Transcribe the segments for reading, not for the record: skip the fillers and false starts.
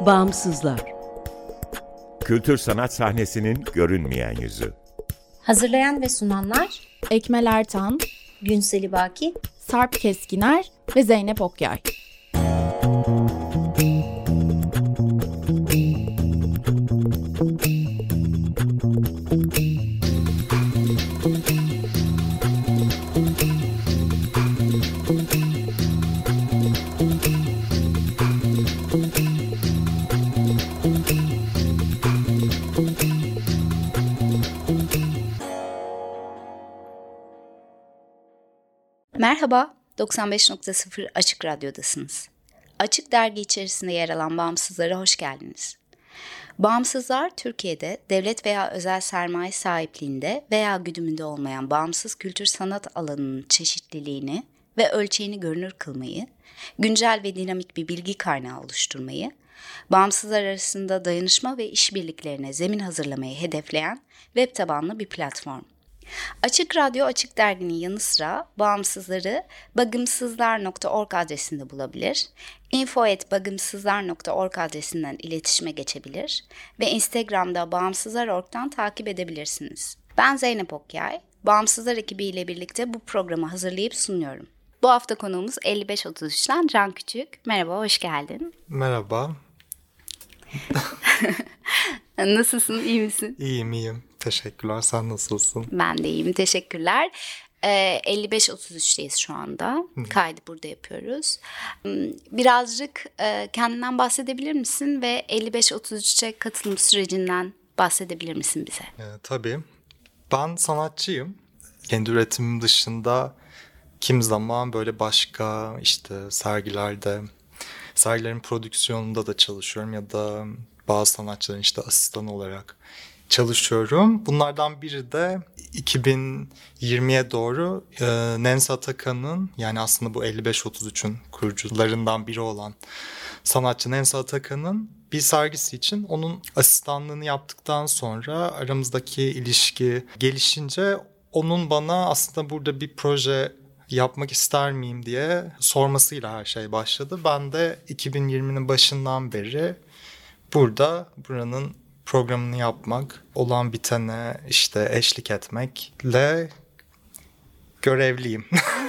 Bağımsızlar. Kültür sanat sahnesinin görünmeyen yüzü. Hazırlayan ve sunanlar Ekmel Ertan, Günseli Baki, Sarp Keskiner ve Zeynep Okyay. Merhaba, 95.0 Açık Radyo'dasınız. Açık Dergi içerisinde yer alan Bağımsızlar'a hoş geldiniz. Bağımsızlar, Türkiye'de devlet veya özel sermaye sahipliğinde veya güdümünde olmayan bağımsız kültür sanat alanının çeşitliliğini ve ölçeğini görünür kılmayı, güncel ve dinamik bir bilgi kaynağı oluşturmayı, bağımsızlar arasında dayanışma ve işbirliklerine zemin hazırlamayı hedefleyen web tabanlı bir platform. Açık Radyo, Açık Dergi'nin yanı sıra bağımsızları bagımsızlar.org adresinde bulabilir, info@bagımsızlar.org adresinden iletişime geçebilir ve Instagram'da Bağımsızlar.org'dan takip edebilirsiniz. Ben Zeynep Okyay, Bağımsızlar ekibiyle birlikte bu programı hazırlayıp sunuyorum. Bu hafta konuğumuz 5533'ten Can Küçük. Merhaba, hoş geldin. Merhaba. Nasılsın, iyi misin? İyiyim. Teşekkürler. Sen nasılsın? Ben de iyiyim, teşekkürler. 55-33'teyiz şu anda. Kaydı burada yapıyoruz. Birazcık kendinden bahsedebilir misin ve 55-33'e katılım sürecinden bahsedebilir misin bize? Tabii. Ben sanatçıyım. Kendi üretimim dışında kim zaman böyle başka sergilerin prodüksiyonunda da çalışıyorum ya da bazı sanatçıların asistan olarak çalışıyorum. Bunlardan biri de 2020'ye doğru Nancy Atakan'ın, yani aslında bu 55-33'ün kurucularından biri olan sanatçı Nancy Atakan'ın bir sergisi için onun asistanlığını yaptıktan sonra aramızdaki ilişki gelişince onun bana aslında burada bir proje yapmak ister miyim diye sormasıyla her şey başladı. Ben de 2020'nin başından beri buranın programını yapmak, olan bitene eşlik etmekle görevliyim.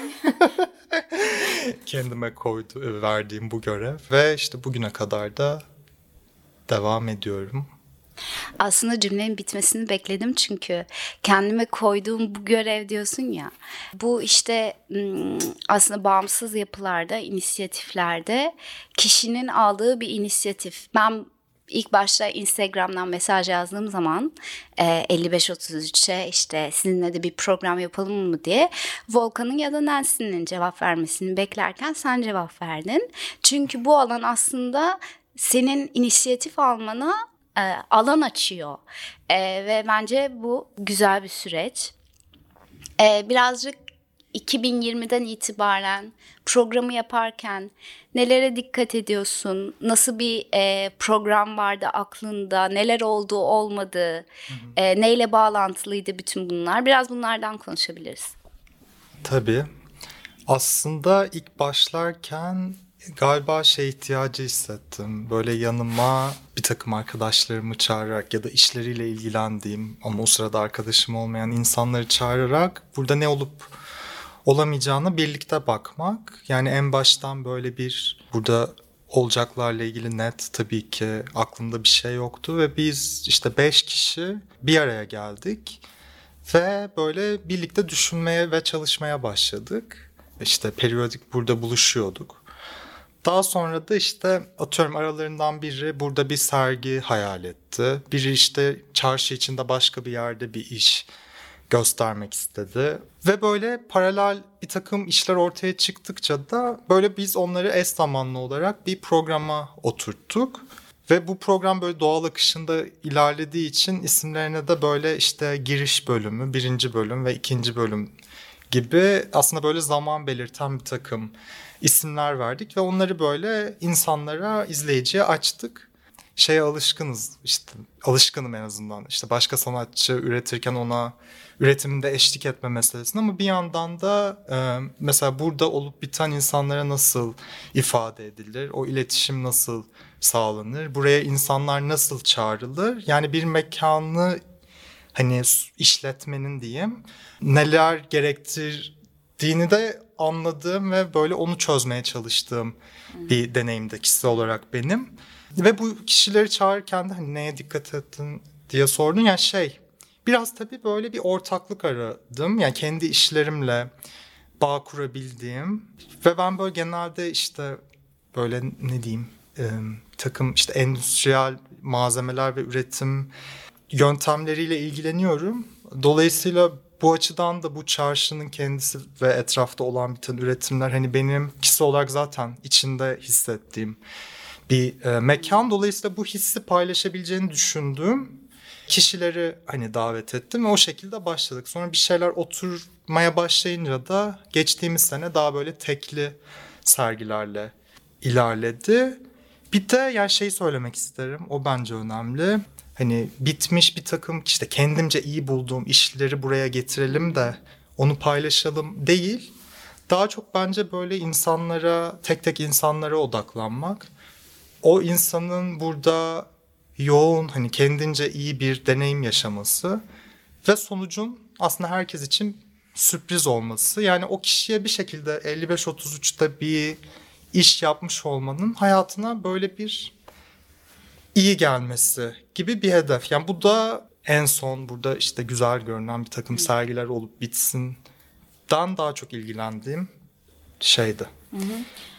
Kendime verdiğim bu görev ve bugüne kadar da devam ediyorum. Aslında cümlenin bitmesini bekledim çünkü kendime koyduğum bu görev diyorsun ya. Bu aslında bağımsız yapılarda, inisiyatiflerde kişinin aldığı bir inisiyatif. Ben İlk başta Instagram'dan mesaj yazdığım zaman 55-33'e sizinle de bir program yapalım mı diye Volkan'ın ya da Nancy'nin cevap vermesini beklerken sen cevap verdin. Çünkü bu alan aslında senin inisiyatif almana alan açıyor ve bence bu güzel bir süreç. Birazcık 2020'den itibaren programı yaparken nelere dikkat ediyorsun? Nasıl bir program vardı aklında? Neler oldu, olmadı? Neyle bağlantılıydı bütün bunlar? Biraz bunlardan konuşabiliriz. Tabii. Aslında ilk başlarken galiba ihtiyacı hissettim. Böyle yanıma bir takım arkadaşlarımı çağırarak ya da işleriyle ilgilendiğim ama o sırada arkadaşım olmayan insanları çağırarak burada ne olup olamayacağına birlikte bakmak. Yani en baştan böyle burada olacaklarla ilgili net tabii ki aklımda bir şey yoktu ve biz 5 kişi bir araya geldik ve böyle birlikte düşünmeye ve çalışmaya başladık. Periyodik burada buluşuyorduk. Daha sonra da atıyorum aralarından biri burada bir sergi hayal etti. Biri çarşı içinde başka bir yerde bir iş göstermek istedi. Ve böyle paralel bir takım işler ortaya çıktıkça da böyle biz onları eş zamanlı olarak bir programa oturttuk. Ve bu program böyle doğal akışında ilerlediği için isimlerine de böyle giriş bölümü, 1. bölüm ve 2. bölüm gibi aslında böyle zaman belirten bir takım isimler verdik. Ve onları böyle insanlara, izleyiciye açtık. şeye alışkınız, işte alışkınım en azından, işte başka sanatçı üretirken ona üretiminde eşlik etme meselesine, ama bir yandan da mesela burada olup biten insanlara nasıl ifade edilir, o iletişim nasıl sağlanır, buraya insanlar nasıl çağrılır, yani bir mekanı hani işletmenin diyeyim neler gerektirdiğini de anladığım ve böyle onu çözmeye çalıştığım bir deneyimdi kişisel olarak benim. Ve bu kişileri çağırırken de hani neye dikkat ettin diye sordun. Yani biraz tabii böyle bir ortaklık aradım. Yani kendi işlerimle bağ kurabildiğim ve ben böyle genelde işte böyle ne diyeyim takım işte endüstriyel malzemeler ve üretim yöntemleriyle ilgileniyorum. Dolayısıyla bu açıdan da bu çarşının kendisi ve etrafta olan biten üretimler hani benim kişisel olarak zaten içinde hissettiğim bir mekan. Dolayısıyla bu hissi paylaşabileceğini düşündüğüm kişileri hani davet ettim ve o şekilde başladık. Sonra bir şeyler oturmaya başlayınca da geçtiğimiz sene daha böyle tekli sergilerle ilerledi. Bir de yani söylemek isterim, o bence önemli. Hani bitmiş bir takım işte kendimce iyi bulduğum işleri buraya getirelim de onu paylaşalım değil. Daha çok bence böyle insanlara, tek tek insanlara odaklanmak. O insanın burada yoğun hani kendince iyi bir deneyim yaşaması ve sonucun aslında herkes için sürpriz olması. Yani o kişiye bir şekilde 55-33'te bir iş yapmış olmanın hayatına böyle bir iyi gelmesi gibi bir hedef. Yani bu da en son burada işte güzel görünen bir takım sergiler olup bitsin'den daha çok ilgilendiğim şeydi. Hı hı.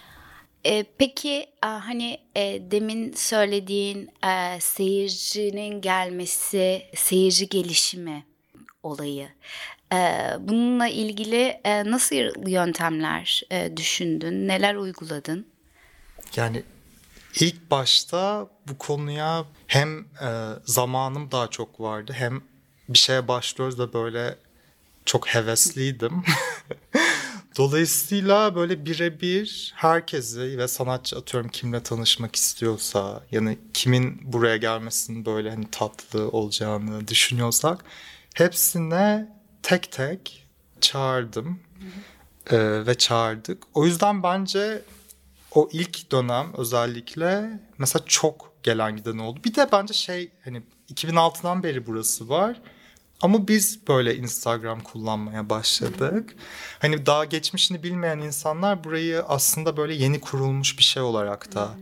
Peki hani demin söylediğin seyircinin gelmesi, seyirci gelişimi olayı. Bununla ilgili nasıl yöntemler düşündün, neler uyguladın? Yani ilk başta bu konuya hem zamanım daha çok vardı, hem bir şeye başlıyoruz da böyle çok hevesliydim. Dolayısıyla böyle birebir herkesi ve sanatçı atıyorum kimle tanışmak istiyorsa, yani kimin buraya gelmesinin böyle hani tatlı olacağını düşünüyorsak hepsine tek tek çağırdım ve çağırdık. O yüzden bence o ilk dönem özellikle mesela çok gelen giden oldu. Bir de bence hani 2006'dan beri burası var. Ama biz böyle Instagram kullanmaya başladık. Hani daha geçmişini bilmeyen insanlar burayı aslında böyle yeni kurulmuş bir şey olarak da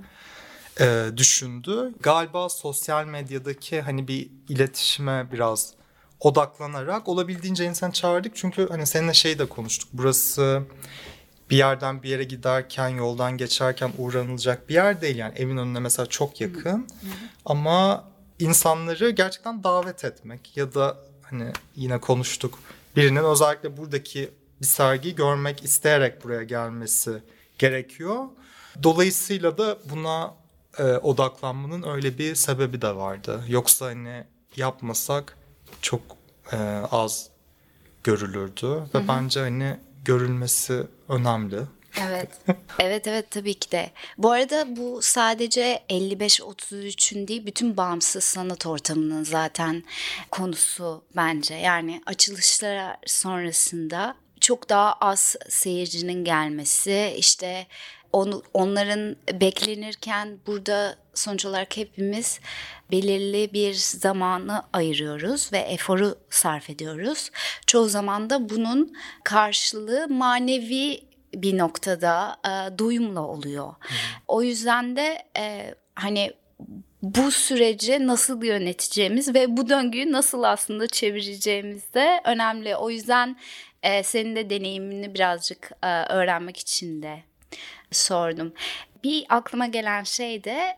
düşündü. Galiba sosyal medyadaki hani bir iletişime biraz odaklanarak olabildiğince insan çağırdık. Çünkü hani seninle de konuştuk. Burası bir yerden bir yere giderken, yoldan geçerken uğranılacak bir yer değil. Yani evin önüne mesela çok yakın. Ama insanları gerçekten davet etmek ya da hani yine konuştuk, birinin özellikle buradaki bir sergiyi görmek isteyerek buraya gelmesi gerekiyor. Dolayısıyla da buna odaklanmanın öyle bir sebebi de vardı. Yoksa hani yapmasak çok az görülürdü ve bence hani görülmesi önemli. Evet. Evet tabii ki de. Bu arada bu sadece 55-33'ün değil, bütün bağımsız sanat ortamının zaten konusu bence. Yani açılışlar sonrasında çok daha az seyircinin gelmesi, işte onların beklenirken burada sonuç olarak hepimiz belirli bir zamanı ayırıyoruz ve eforu sarf ediyoruz. Çoğu zaman da bunun karşılığı manevi bir noktada duyumla oluyor. O yüzden de hani bu süreci nasıl yöneteceğimiz ve bu döngüyü nasıl aslında çevireceğimiz de önemli. O yüzden senin de deneyimini birazcık öğrenmek için de sordum. Bir aklıma gelen şey de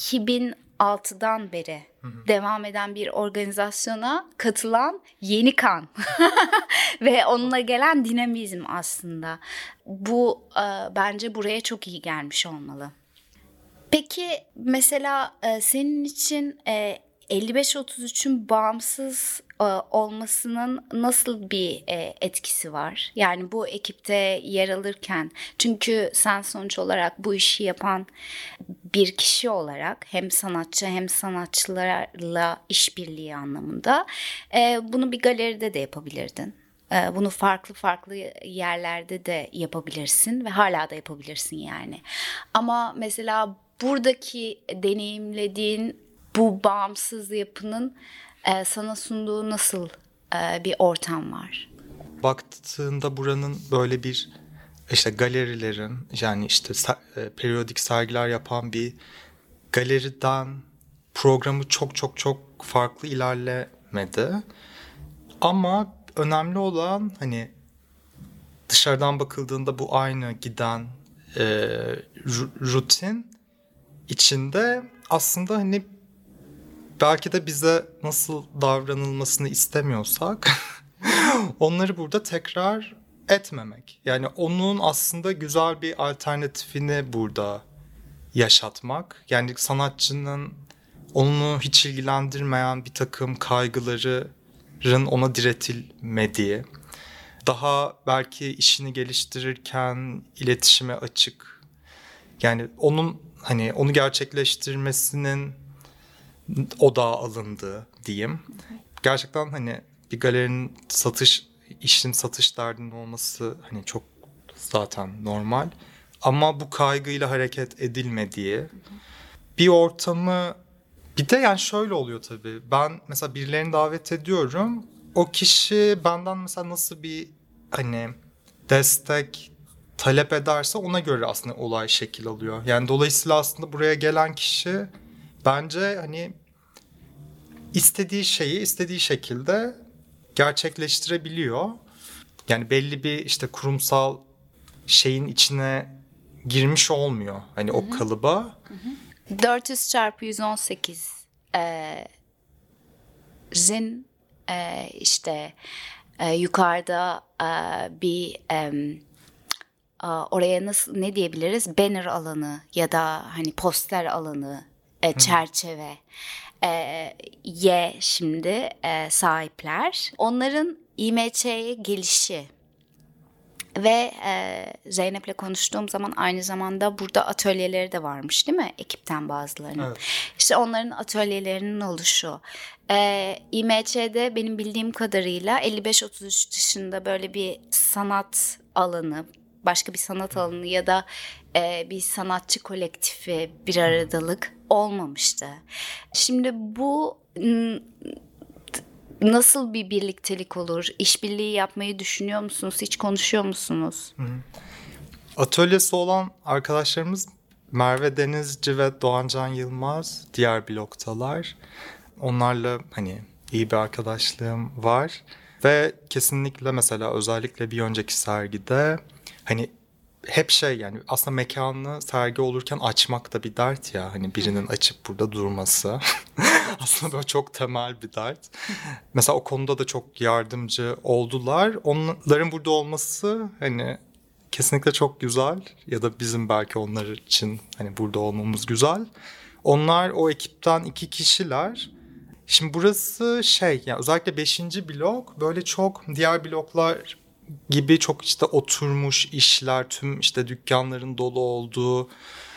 2006'dan beri devam eden bir organizasyona katılan yeni kan ve onunla gelen dinamizm aslında. Bu bence buraya çok iyi gelmiş olmalı. Peki mesela senin için 55-33'ün bağımsız olmasının nasıl bir etkisi var? Yani bu ekipte yer alırken, çünkü sen sonuç olarak bu işi yapan bir kişi olarak hem sanatçı hem sanatçılarla işbirliği anlamında bunu bir galeride de yapabilirdin. Bunu farklı farklı yerlerde de yapabilirsin ve hala da yapabilirsin yani. Ama mesela buradaki deneyimlediğin bu bağımsız yapının sana sunduğu nasıl bir ortam var? Baktığında buranın böyle bir işte galerilerin, yani işte periyodik sergiler yapan bir galeriden programı çok çok çok farklı ilerlemedi. Ama önemli olan hani dışarıdan bakıldığında bu aynı giden rutin içinde aslında hani belki de bize nasıl davranılmasını istemiyorsak onları burada tekrar etmemek. Yani onun aslında güzel bir alternatifini burada yaşatmak. Yani sanatçının onu hiç ilgilendirmeyen bir takım kaygıların ona diretilmediği, daha belki işini geliştirirken iletişime açık. Yani onun hani onu gerçekleştirmesinin odağa alındığı diyeyim. Gerçekten hani bir galerinin satış derdinin olması hani çok zaten normal. Ama bu kaygıyla hareket edilmediği bir ortamı, bir de yani şöyle oluyor tabii. Ben mesela birilerini davet ediyorum. O kişi benden mesela nasıl bir hani destek talep ederse ona göre aslında olay şekil alıyor. Yani dolayısıyla aslında buraya gelen kişi bence hani istediği şeyi istediği şekilde gerçekleştirebiliyor. Yani belli bir işte kurumsal şeyin içine girmiş olmuyor. Hani o kalıba. 400 çarpı 118 zin işte yukarıda bir oraya nasıl ne diyebiliriz, banner alanı ya da hani poster alanı, çerçeve şimdi sahipler. Onların İMÇ'ye gelişi ve Zeynep'le konuştuğum zaman aynı zamanda burada atölyeleri de varmış değil mi? Ekipten bazılarının. Evet. İşte onların atölyelerinin oluşu. İMÇ'de benim bildiğim kadarıyla 55-33 dışında böyle bir sanat alanı, başka bir sanat alanı ya da bir sanatçı kolektifi, bir aradalık olmamıştı. Şimdi bu nasıl bir birliktelik olur? İşbirliği yapmayı düşünüyor musunuz? Hiç konuşuyor musunuz? Atölyesi olan arkadaşlarımız Merve Denizci ve Doğancan Yılmaz diğer bloktalar. Onlarla hani iyi bir arkadaşlığım var. Ve kesinlikle mesela özellikle bir önceki sergide hani hep yani aslında mekanı sergi olurken açmak da bir dert ya. Hani birinin açıp burada durması. Aslında böyle çok temel bir dert. Mesela o konuda da çok yardımcı oldular. Onların burada olması hani kesinlikle çok güzel. Ya da bizim belki onlar için hani burada olmamız güzel. Onlar o ekipten 2 kişiler. Şimdi burası yani özellikle 5. blok böyle çok diğer bloklar gibi çok işte oturmuş işler, tüm işte dükkanların dolu olduğu,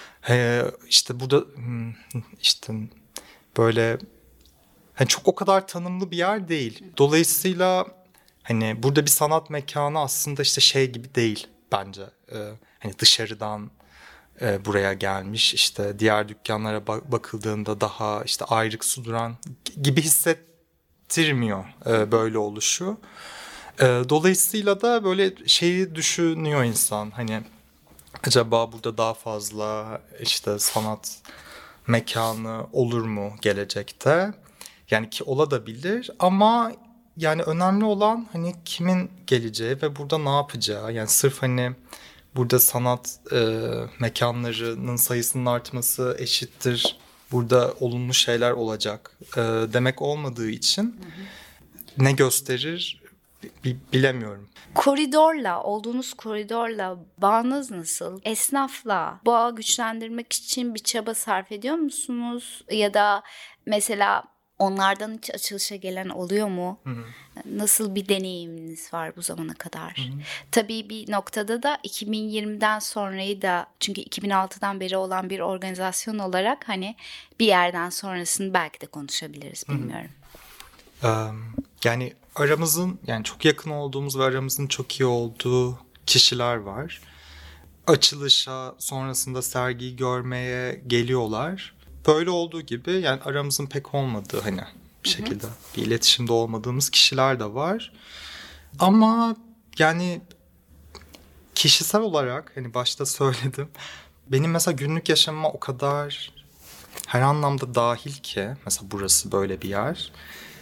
işte burada işte böyle hani çok o kadar tanımlı bir yer değil. Dolayısıyla hani burada bir sanat mekanı aslında işte gibi değil bence. Hani dışarıdan buraya gelmiş işte diğer dükkanlara bakıldığında daha işte ayrıksı duran gibi hissettirmiyor böyle oluşu. Dolayısıyla da böyle düşünüyor insan hani acaba burada daha fazla işte sanat mekanı olur mu gelecekte? Yani ki olabilir ama yani önemli olan hani kimin geleceği ve burada ne yapacağı. Yani sırf hani burada sanat mekanlarının sayısının artması eşittir burada olumlu şeyler olacak demek olmadığı için ne gösterir bilemiyorum. Olduğunuz koridorla bağınız nasıl? Esnafla bağı güçlendirmek için bir çaba sarf ediyor musunuz? Ya da mesela Onlardan hiç açılışa gelen oluyor mu? Hı-hı. Nasıl bir deneyiminiz var bu zamana kadar? Hı-hı. Tabii bir noktada da 2020'den sonrayı da, çünkü 2006'dan beri olan bir organizasyon olarak hani bir yerden sonrasını belki de konuşabiliriz, bilmiyorum. Yani aramızın, yani çok yakın olduğumuz ve aramızın çok iyi olduğu kişiler var. Açılışa, sonrasında sergiyi görmeye geliyorlar. Böyle olduğu gibi yani aramızın pek olmadığı, hani bir şekilde bir iletişimde olmadığımız kişiler de var. Ama yani kişisel olarak, hani başta söyledim, benim mesela günlük yaşamıma o kadar her anlamda dahil ki, mesela burası böyle bir yer.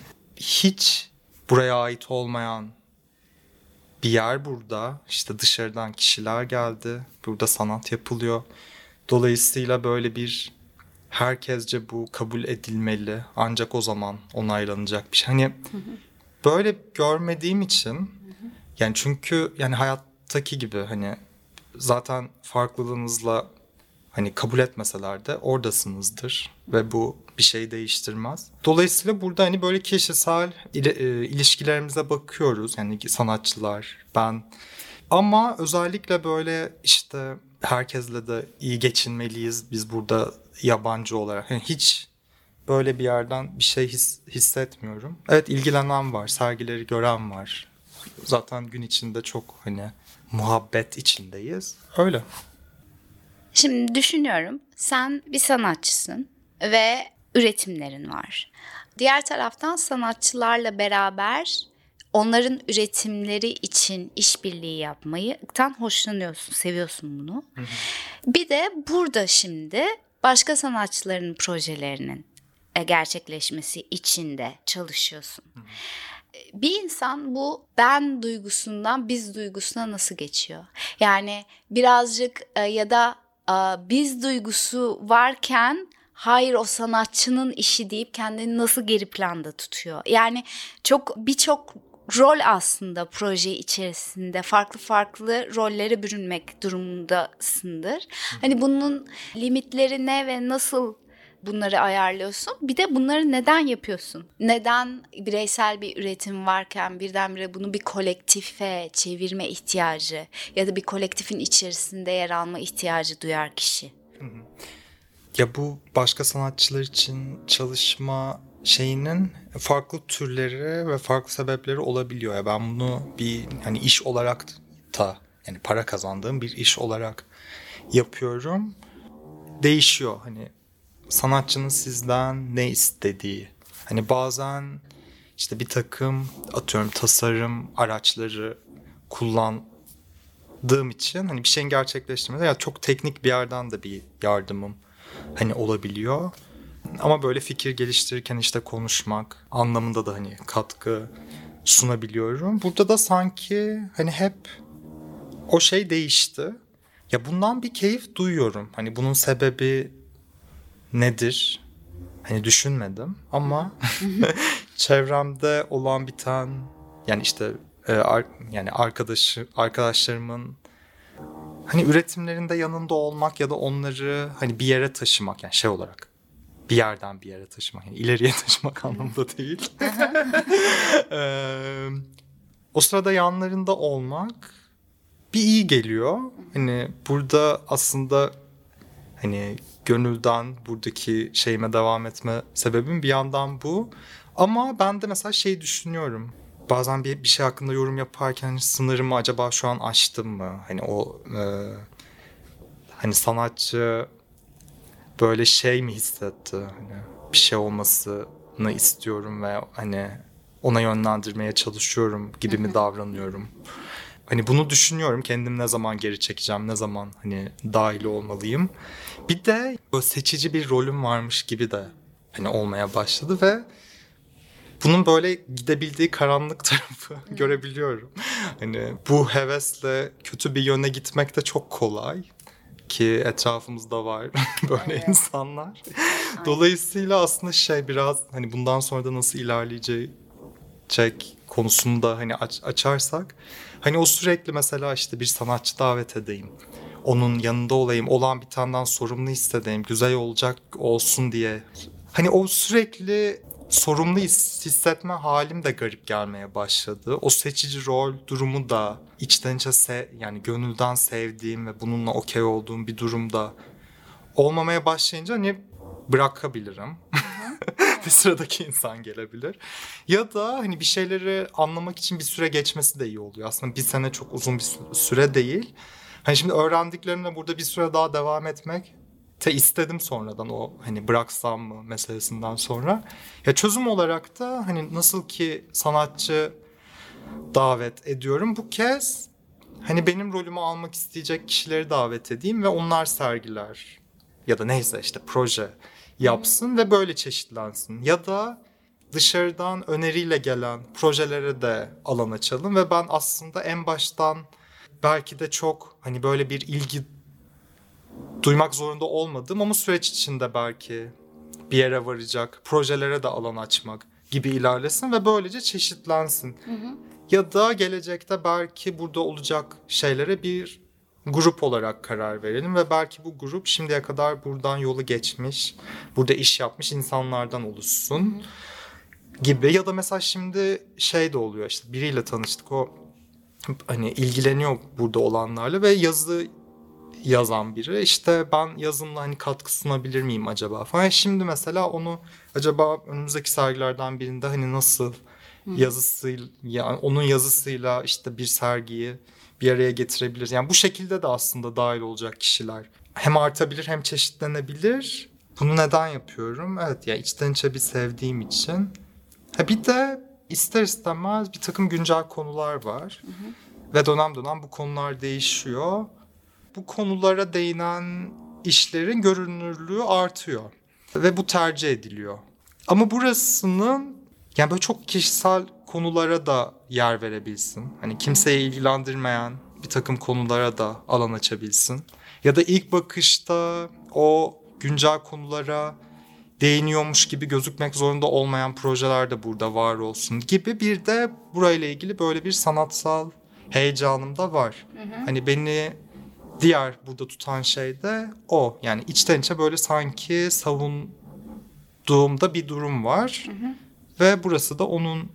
Hiç buraya ait olmayan bir yer burada. İşte dışarıdan kişiler geldi. Burada sanat yapılıyor. Dolayısıyla böyle bir, herkesce bu kabul edilmeli. Ancak o zaman onaylanacak bir şey. Hani böyle görmediğim için, yani çünkü yani hayattaki gibi hani zaten farklılığınızla hani kabul etmeseler de oradasınızdır ve bu bir şey değiştirmez. Dolayısıyla burada hani böyle kişisel ilişkilerimize bakıyoruz. Yani sanatçılar, ben. Ama özellikle böyle işte herkesle de iyi geçinmeliyiz biz burada yabancı olarak. Yani hiç böyle bir yerden bir şey hissetmiyorum. Evet, ilgilenen var, sergileri gören var. Zaten gün içinde çok hani muhabbet içindeyiz. Öyle. Şimdi düşünüyorum, sen bir sanatçısın ve üretimlerin var. Diğer taraftan sanatçılarla beraber onların üretimleri için işbirliği yapmayıdan hoşlanıyorsun, seviyorsun bunu. Hı hı. Bir de burada şimdi başka sanatçıların projelerinin gerçekleşmesi için de çalışıyorsun. Hı hı. Bir insan bu ben duygusundan biz duygusuna nasıl geçiyor? Yani birazcık ya da biz duygusu varken hayır o sanatçının işi deyip kendini nasıl geri planda tutuyor? Yani birçok rol aslında proje içerisinde farklı rollere bürünmek durumundasındır. Hani bunun limitleri ne ve nasıl bunları ayarlıyorsun? Bir de bunları neden yapıyorsun? Neden bireysel bir üretim varken birdenbire bunu bir kolektife çevirme ihtiyacı ya da bir kolektifin içerisinde yer alma ihtiyacı duyar kişi? Ya bu başka sanatçılar için çalışma şeyinin farklı türleri ve farklı sebepleri olabiliyor. Ya ben bunu bir hani iş olarak da, yani para kazandığım bir iş olarak yapıyorum. Değişiyor hani sanatçının sizden ne istediği. Hani bazen işte bir takım atıyorum tasarım araçları kullandığım için hani bir şeyin gerçekleştirmede ya çok teknik bir yerden de bir yardımım hani olabiliyor. Ama böyle fikir geliştirirken işte konuşmak anlamında da hani katkı sunabiliyorum. Burada da sanki hani hep o şey değişti. Ya bundan bir keyif duyuyorum. Hani bunun sebebi nedir? Hani düşünmedim ama çevremde olan biten, yani işte yani arkadaşlarımın hani üretimlerinde yanında olmak ya da onları hani bir yere taşımak, yani şey olarak bir yerden bir yere taşımak, yani ileriye taşımak anlamında değil. O sırada yanlarında olmak bir iyi geliyor. Hani burada aslında hani gönülden buradaki şeyime devam etme sebebim bir yandan bu. Ama ben de mesela şey düşünüyorum. Bazen bir şey hakkında yorum yaparken sınırımı acaba şu an aştım mı? Hani o hani sanatçı böyle şey mi hissetti? Hani bir şey olmasını istiyorum ve hani ona yönlendirmeye çalışıyorum gibi mi davranıyorum? Hani bunu düşünüyorum. Kendim ne zaman geri çekeceğim, ne zaman hani dahil olmalıyım. Bir de böyle seçici bir rolüm varmış gibi de hani olmaya başladı ve bunun böyle gidebildiği karanlık tarafı görebiliyorum. Hani bu hevesle kötü bir yöne gitmek de çok kolay ki etrafımızda var böyle insanlar. Dolayısıyla aslında şey biraz hani bundan sonra da nasıl ilerleyecek konusunu da hani açarsak hani o sürekli mesela işte bir sanatçı davet edeyim. Onun yanında olayım, olan bitenden sorumlu hissedeyim, güzel olacak olsun diye. Hani o sürekli sorumlu hissetme halim de garip gelmeye başladı. O seçici rol durumu da içten içe yani gönülden sevdiğim ve bununla okey olduğum bir durumda olmamaya başlayınca hani bırakabilirim. Bir sıradaki insan gelebilir. Ya da hani bir şeyleri anlamak için bir süre geçmesi de iyi oluyor. Aslında bir sene çok uzun bir süre değil. Hani şimdi öğrendiklerimle burada bir süre daha devam etmek istedim sonradan, o hani bıraksam mı meselesinden sonra. Ya çözüm olarak da hani nasıl ki sanatçı davet ediyorum, bu kez hani benim rolümü almak isteyecek kişileri davet edeyim ve onlar sergiler ya da neyse işte proje yapsın ve böyle çeşitlensin. Ya da dışarıdan öneriyle gelen projelere de alan açalım ve ben aslında en baştan belki de çok hani böyle bir ilgi duymak zorunda olmadığım ama süreç içinde belki bir yere varacak projelere de alan açmak gibi ilerlesin ve böylece çeşitlensin. Ya da gelecekte belki burada olacak şeylere bir grup olarak karar verelim ve belki bu grup şimdiye kadar buradan yolu geçmiş, burada iş yapmış insanlardan oluşsun gibi. Ya da mesela şimdi şey de oluyor, işte biriyle tanıştık, o hani ilgileniyor burada olanlarla ve yazı yazan biri, işte ben yazımla hani katkı sunabilir miyim acaba falan. Şimdi mesela onu acaba önümüzdeki sergilerden birinde hani nasıl yazısıyla, yani onun yazısıyla işte bir sergiyi bir araya getirebilir. Yani bu şekilde de aslında dahil olacak kişiler hem artabilir hem çeşitlenebilir. Bunu neden yapıyorum? Evet ya, içten içe bir sevdiğim için. Bir de ister istemez bir takım güncel konular var. Ve dönem dönem bu konular değişiyor. Bu konulara değinen işlerin görünürlüğü artıyor. Ve bu tercih ediliyor. Ama burasının yani böyle çok kişisel konulara da yer verebilsin. Hani kimseyi ilgilendirmeyen bir takım konulara da alan açabilsin. Ya da ilk bakışta o güncel konulara değiniyormuş gibi gözükmek zorunda olmayan projeler de burada var olsun gibi. Bir de burayla ilgili böyle bir sanatsal heyecanım da var. Hani beni diğer burada tutan şey de o. Yani içten içe böyle sanki savunduğumda bir durum var. Ve burası da onun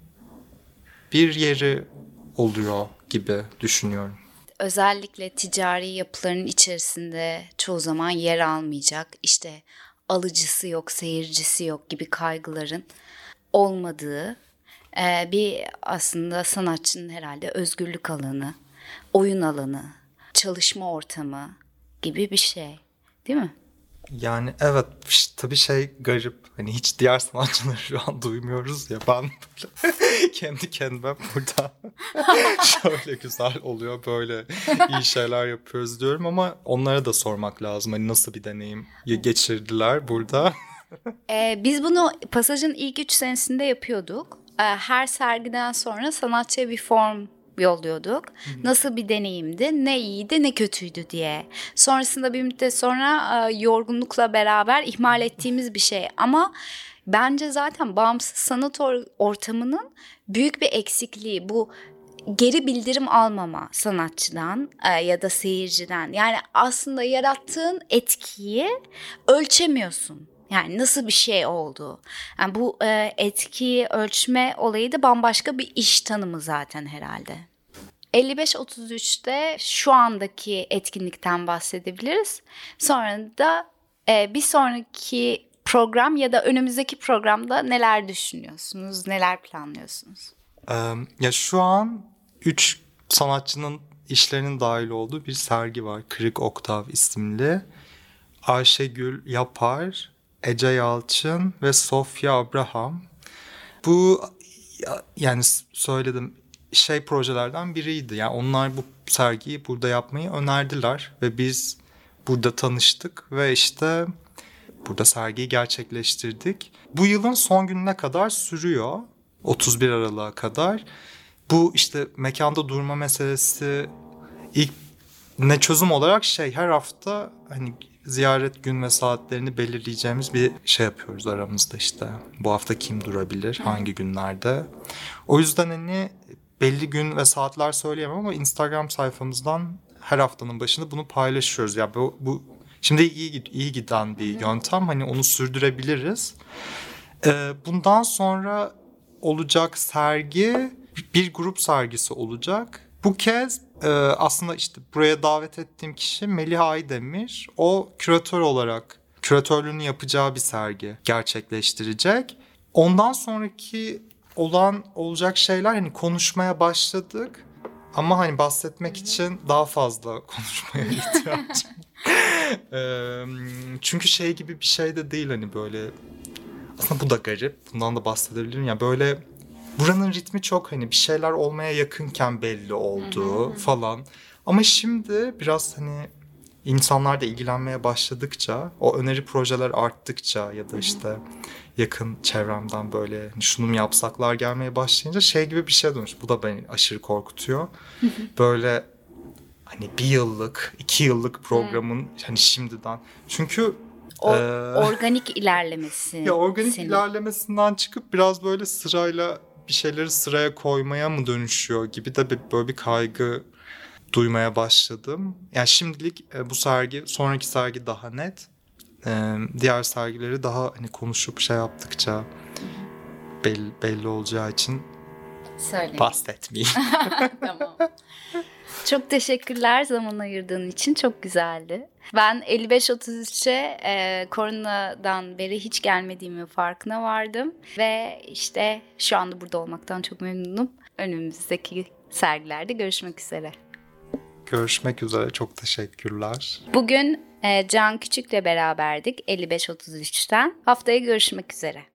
bir yeri oluyor gibi düşünüyorum. Özellikle ticari yapıların içerisinde çoğu zaman yer almayacak, işte alıcısı yok, seyircisi yok gibi kaygıların olmadığı bir aslında sanatçının herhalde özgürlük alanı, oyun alanı, çalışma ortamı gibi bir şey, değil mi? Yani evet, tabii şey garip, hani hiç diğer sanatçıları şu an duymuyoruz ya, ben böyle kendi kendime burada şöyle güzel oluyor, böyle iyi şeyler yapıyoruz diyorum ama onlara da sormak lazım hani nasıl bir deneyim geçirdiler burada. Biz bunu Pasaj'ın ilk 3 senesinde yapıyorduk. Her sergiden sonra sanatçıya bir form yolluyorduk. Nasıl bir deneyimdi, ne iyiydi, ne kötüydü diye. Sonrasında bir müddet sonra yorgunlukla beraber ihmal ettiğimiz bir şey. Ama bence zaten bağımsız sanat ortamının büyük bir eksikliği bu. Geri bildirim almama sanatçıdan ya da seyirciden. Yani aslında yarattığın etkiyi ölçemiyorsun. Yani nasıl bir şey oldu? Yani bu etkiyi ölçme olayı da bambaşka bir iş tanımı zaten herhalde. 55-33'te şu andaki etkinlikten bahsedebiliriz. Sonra da bir sonraki program ya da önümüzdeki programda neler düşünüyorsunuz, neler planlıyorsunuz? Ya şu an 3 sanatçının işlerinin dahil olduğu bir sergi var. Kırık Oktav isimli. Ayşegül Yapar, Ece Yalçın ve Sofya Abraham. Bu yani söyledim projelerden biriydi. Yani onlar bu sergiyi burada yapmayı önerdiler ve biz burada tanıştık ve işte burada sergiyi gerçekleştirdik. Bu yılın son gününe kadar sürüyor. 31 Aralık'a kadar. Bu işte mekanda durma meselesi ilk ne çözüm olarak her hafta hani ziyaret gün ve saatlerini belirleyeceğimiz bir şey yapıyoruz aramızda işte. Bu hafta kim durabilir, hangi günlerde. O yüzden hani belli gün ve saatler söyleyemem ama Instagram sayfamızdan her haftanın başında bunu paylaşıyoruz. Ya bu şimdi iyi giden bir yöntem. Hani onu sürdürebiliriz. Bundan sonra olacak sergi bir grup sergisi olacak. Bu kez aslında işte buraya davet ettiğim kişi Melih Aydemir. O küratör olarak küratörlüğünü yapacağı bir sergi gerçekleştirecek. Ondan sonraki olacak şeyler hani konuşmaya başladık. Ama hani bahsetmek için daha fazla konuşmaya ihtiyacım. Çünkü şey gibi bir şey de değil hani böyle. Aslında bu da garip. Bundan da bahsedebilirim. Ya böyle buranın ritmi çok hani bir şeyler olmaya yakınken belli oldu falan. Ama şimdi biraz hani insanlar da ilgilenmeye başladıkça, o öneri projeler arttıkça ya da işte yakın çevremden böyle hani şunu mu yapsaklar gelmeye başlayınca şey gibi bir şey dönüş. Bu da beni aşırı korkutuyor. Böyle hani 1 yıllık, 2 yıllık programın hani şimdiden. Çünkü organik ilerlemesi. ya organik ilerlemesinden çıkıp biraz böyle sırayla bir şeyleri sıraya koymaya mı dönüşüyor gibi de böyle bir kaygı duymaya başladım. Yani şimdilik bu sergi, sonraki sergi daha net. Diğer sergileri daha hani konuşup şey yaptıkça belli olacağı için bahsetmeyeyim. Tamam. Çok teşekkürler zaman ayırdığın için. Çok güzeldi. Ben 55-33'e koronadan beri hiç gelmediğimin farkına vardım. Ve işte şu anda burada olmaktan çok memnunum. Önümüzdeki sergilerde görüşmek üzere. Görüşmek üzere. Çok teşekkürler. Bugün Can Küçük'le beraberdik 55-33'ten. Haftaya görüşmek üzere.